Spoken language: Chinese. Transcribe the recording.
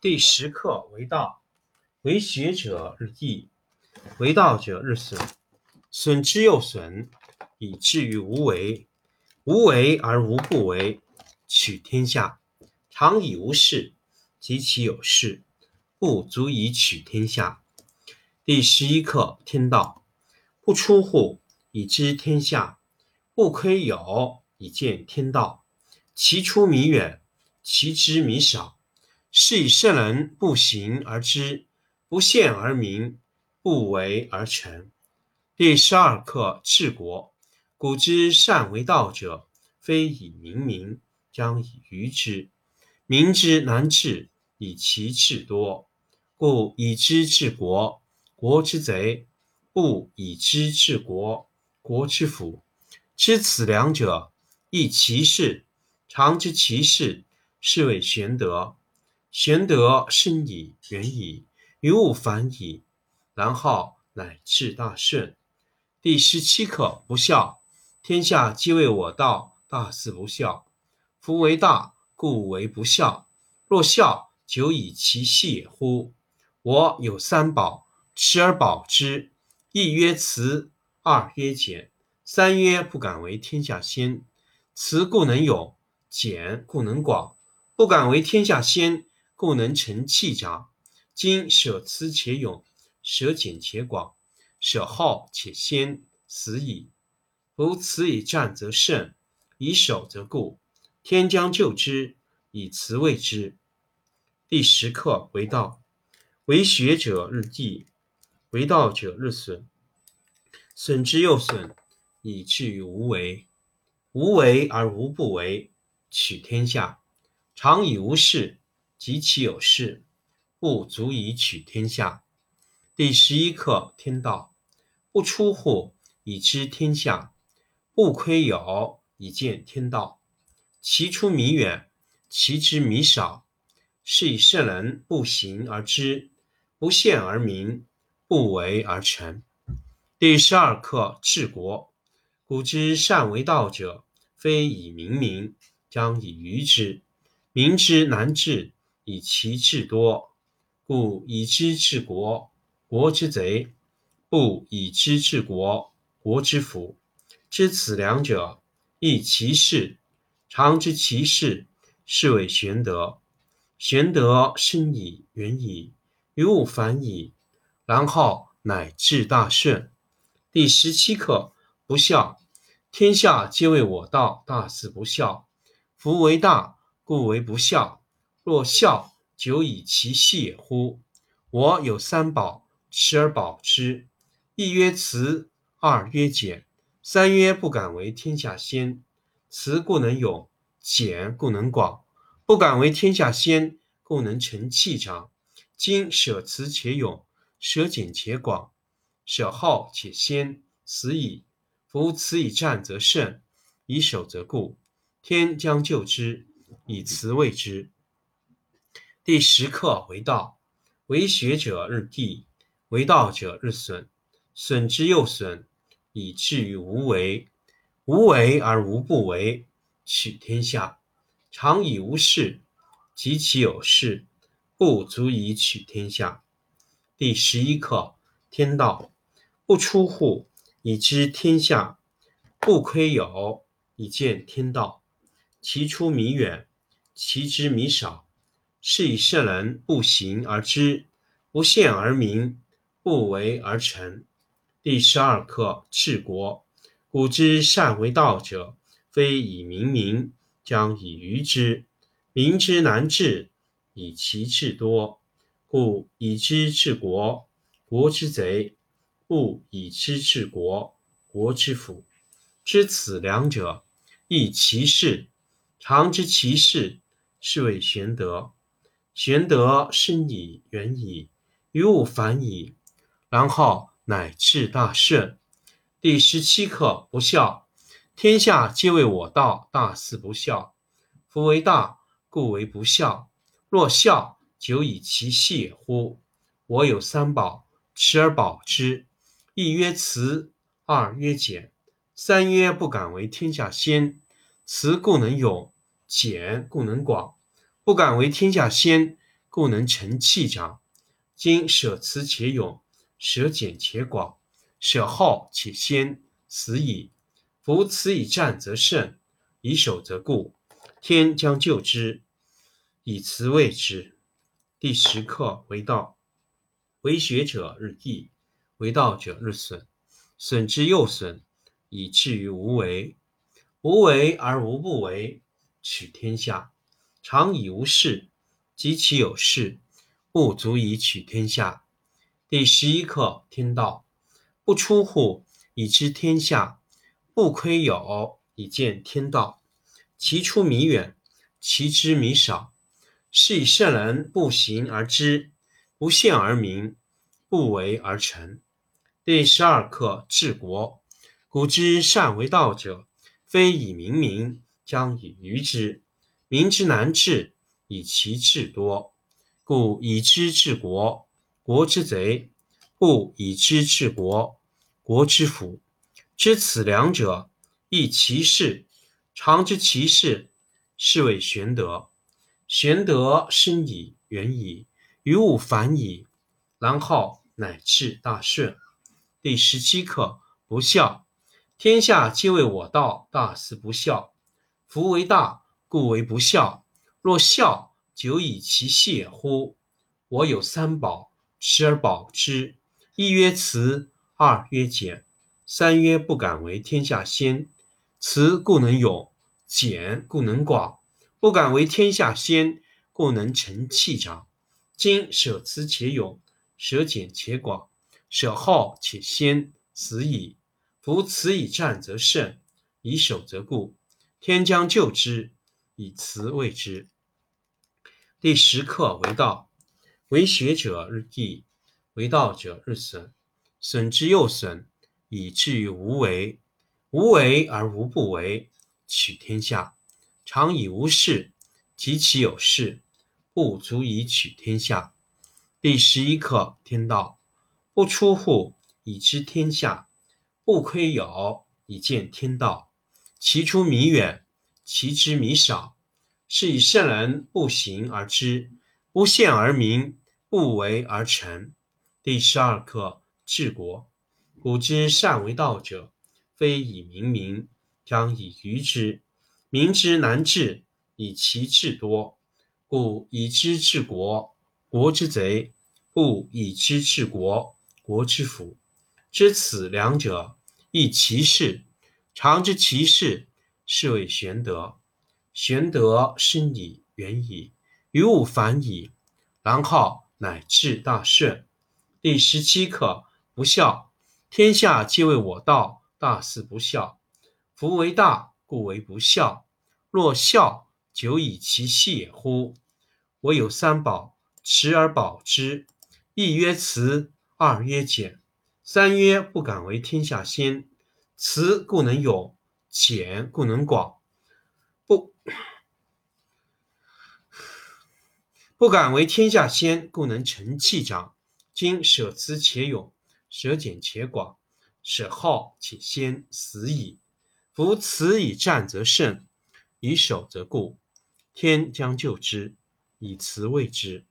第10课为道，为学者日益，为道者日损，损之又损，以至于无为。无为而无不为，取天下常以无事，及其有事，不足以取天下。第11课天道，不出户，以知天下；不窥有，以见天道。其出弥远，其知弥少。是以圣人不行而知，不见而明，不为而成。第12课治国，古之善为道者，非以明民，将以愚之。民之难治，以其智多。故以知治国，国之贼；不以知治国，国之福。知此两者，亦其事。常知其事，是谓玄德。玄德深矣，远矣，于物反矣，然后乃至大顺。第17课不孝，天下皆谓我道，大事不孝。夫为大，故为不孝。若孝，久以其细也乎？我有三宝，持而保之。一曰慈，二曰俭，三曰不敢为天下先。慈故能勇，俭故能广。不敢为天下先，故能成器长。今舍慈且勇，舍俭且广，舍好且先，死矣。夫慈以战则胜，以守则固。天将就之，以慈卫之。第10课为道，为学者日益，为道者日损，损之又损，以至于无为。无为而无不为，取天下常以无事，及其有事，不足以取天下。第11课天道，不出户，以知天下；不窥有，以见天道。其出弥远，其知弥少。是以圣人不行而知，不见而明，不为而成。第12课治国，古之善为道者，非以明民，将以愚之。民之难治，以其智多。故以知治国，国之贼；不以知治国，国之福。知此两者，亦其事。常知其事，是谓玄德。玄德深矣，远矣，于物反矣，然后乃至大顺。第17课不孝，天下皆谓我道，大事不孝。夫为大，故为不孝。若孝，久以其细也乎？我有三宝，持而保之。一曰慈，二曰俭，三曰不敢为天下先。慈故能勇，俭故能广。不敢为天下先，故能成器长。今舍慈且勇，舍俭且广，舍好且先，死矣。夫慈以战则胜，以守则固。天将就之，以慈卫之。第10课为道，为学者日益，为道者日损，损之又损，以至于无为。无为而无不为，取天下常以无事，及其有事，不足以取天下。第11课天道，不出户，以知天下；不窥有，以见天道。其出弥远，其知弥少。是以圣人不行而知，不见而明，不为而成。第12课治国，古之善为道者，非以明民，将以愚之。民之难治，以其智多。故以知治国，国之贼；不以知治国，国之福。知此两者，亦其事。常知其事，是谓玄德。玄德深矣，远矣，于物反矣，然后乃至大顺。第17课不孝，天下皆谓我道，大事不孝。夫为大，故为不孝。若孝，久以其细也乎？我有三宝，持而保之。一曰慈，二曰俭，三曰不敢为天下先。慈故能勇，俭故能广。不敢为天下先， 故能成器长。今舍辞且勇，舍简且广，舍好且先，死矣。夫此以战则胜，以守则固。天将就之，以辞为之。第10课为道，为学者日益，为道者日损，损之又损，以至于无为。无为而无不为，取天下常以无事，及其有事，不足以取天下。第11课天道，不出户，以知天下；不窥有，以见天道。其出弥远，其知弥少。是以圣人不行而知，不见而明，不为而成。第12课治国，古之善为道者，非以明民，将以愚之。民之难治，以其智多。故以知治国，国之贼；不以知治国，国之福。知此两者，亦其事。常知其事，是谓玄德。玄德深矣，远矣，于物反矣，然后乃至大顺。第17课不孝。天下皆为我道，大肆不孝。夫为大，故为不孝。若孝，久以其细也乎？我有3宝，持而保之。一曰慈，二曰俭，三曰不敢为天下先。慈故能勇，俭故能广，不敢为天下先，故能成器长。今舍慈且勇，舍俭且广，舍好且先，死矣。夫慈以战则胜，以守则固。天将就之，以辞为之。第10课为道，为学者日益，为道者日损，损之又损，以至于无为。无为而无不为，取天下常以无事，及其有事，不足以取天下。第11课天道，不出户，以知天下；不窥有，以见天道。其出弥远，其知弥少。是以圣人不行而知，不见而明，不为而成。第12课治国，古之善为道者，非以明民，将以愚之。民之难治，以其智多。故以知治国，国之贼；不以知治国，国之福。知此两者，亦其事。常知其事，是谓玄德。玄德深矣，远矣，于物反矣，然后乃至大顺。第17课不孝。天下皆为我道，大肆不孝。夫为大，故为不孝。若孝，久以其细也乎？我有3宝，持而保之。一曰慈，二曰俭，三曰不敢为天下先。慈故能勇，俭故能广，不敢为天下先，故能成器长。今舍慈且勇，舍俭且广，舍好且先，死矣。夫慈以战则胜，以守则固。天将就之，以辞为之。